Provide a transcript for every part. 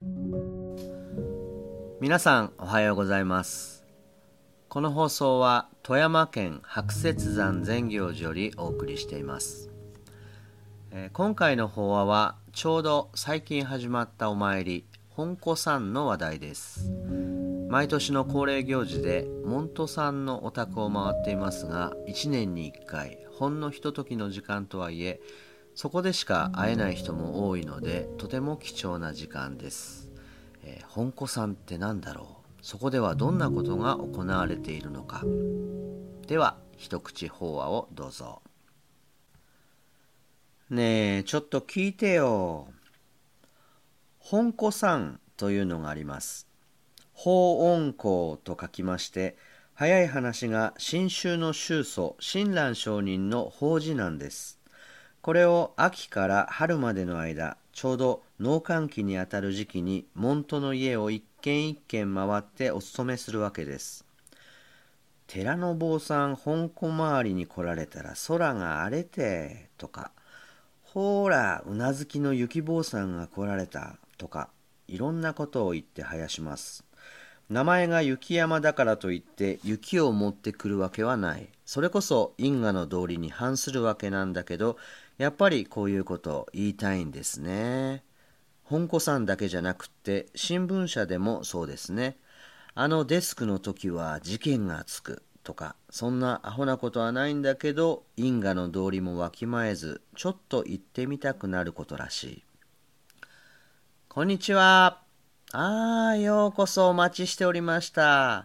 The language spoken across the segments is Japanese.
皆さんおはようございます。この放送は富山県白雪山善行寺よりお送りしています。今回の法話はちょうど最近始まったお参り本子さんの話題です。毎年の恒例行事で門徒さんのお宅を回っていますが、1年に1回ほんのひとときの時間とはいえ、そこでしか会えない人も多いので、とても貴重な時間です。本子さんって何だろう、そこではどんなことが行われているのか。では一口法話をどうぞ。ねえ、ちょっと聞いてよ。本子さんというのがあります。法恩公と書きまして、早い話が新宗の宗祖親鸞上人の法事なんです。これを秋から春までの間、ちょうど農閑期にあたる時期に門徒の家を一軒一軒回ってお勤めするわけです。寺の坊さん本子周りに来られたら空が荒れてとか、ほーらうなずきの雪坊さんが来られたとか、いろんなことを言って生やします。名前が雪山だからといって雪を持ってくるわけはない。それこそ因果の道理に反するわけなんだけど、やっぱりこういうことを言いたいんですね。本子さんだけじゃなくって新聞社でもそうですね。あのデスクの時は事件がつくとか、そんなアホなことはないんだけど、因果の道理もわきまえず、ちょっと言ってみたくなることらしい。こんにちは。ようこそお待ちしておりました。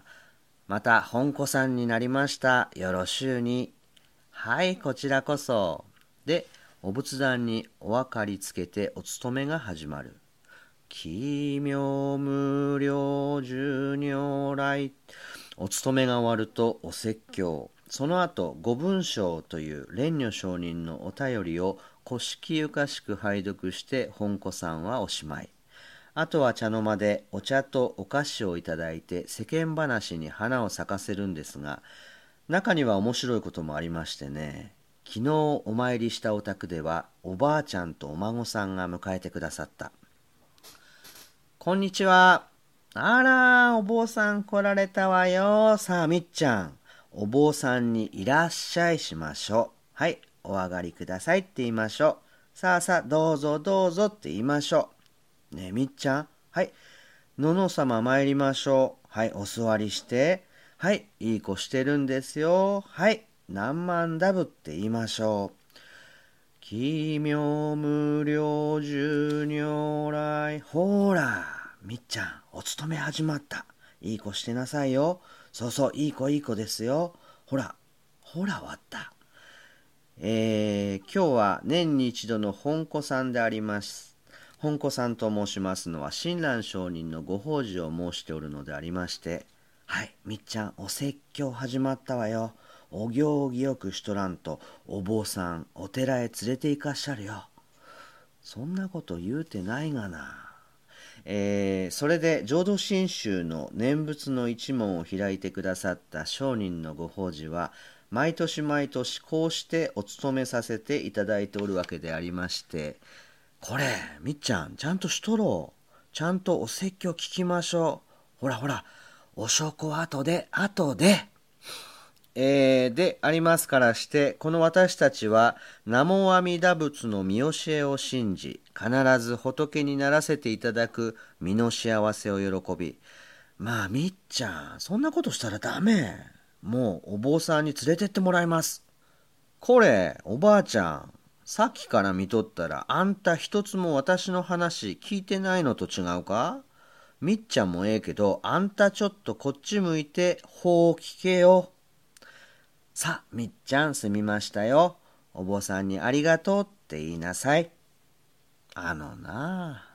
また本子さんになりました。よろしゅうに。はい、こちらこそ。で、お仏壇にお明かりつけてお勤めが始まる。奇妙無量寿如来。お勤めが終わるとお説教。その後、御文章という蓮如上人のお便りを古式ゆかしく拝読して本子さんはおしまい。あとは茶の間でお茶とお菓子をいただいて世間話に花を咲かせるんですが、中には面白いこともありましてね。昨日お参りしたお宅ではおばあちゃんとお孫さんが迎えてくださった。こんにちは。あら、お坊さん来られたわよ。さあ、みっちゃん。お坊さんにいらっしゃいしましょう。はい、お上がりくださいって言いましょう。さあさあ、どうぞどうぞって言いましょう。ねえ、みっちゃん。はい、のの様参りましょう。はい、お座りして。はい、いい子してるんですよ。はい、何万ダブって言いましょう。奇妙無量寿如来。ほーら、みっちゃん、お勤め始まった。いい子してなさいよ。そうそう、いい子いい子ですよ。ほら、ほら終わった。今日は年に一度の本子さんであります。本子さんと申しますのは親鸞上人のご法事を申しておるのでありまして、はい、みっちゃんお説教始まったわよ。お行儀よくしとらんとお坊さんお寺へ連れて行かっしゃるよ。そんなこと言うてないがな。それで浄土真宗の念仏の一門を開いてくださった上人のご法事は毎年毎年こうしてお勤めさせていただいておるわけでありまして、これみっちゃんちゃんとしとろう。ちゃんとお説教聞きましょう。ほらほら、お証拠は後で後で。でありますからして、この私たちは南無阿弥陀仏の見教えを信じ、必ず仏にならせていただく身の幸せを喜び、まあみっちゃんそんなことしたらダメ。もうお坊さんに連れてってもらいます。これおばあちゃん、さっきから見とったらあんた一つも私の話聞いてないのと違うか。みっちゃんもええけど、あんたちょっとこっち向いて法を聞けよ。さあ、みっちゃんすみましたよ。お坊さんにありがとうって言いなさい。あのなあ。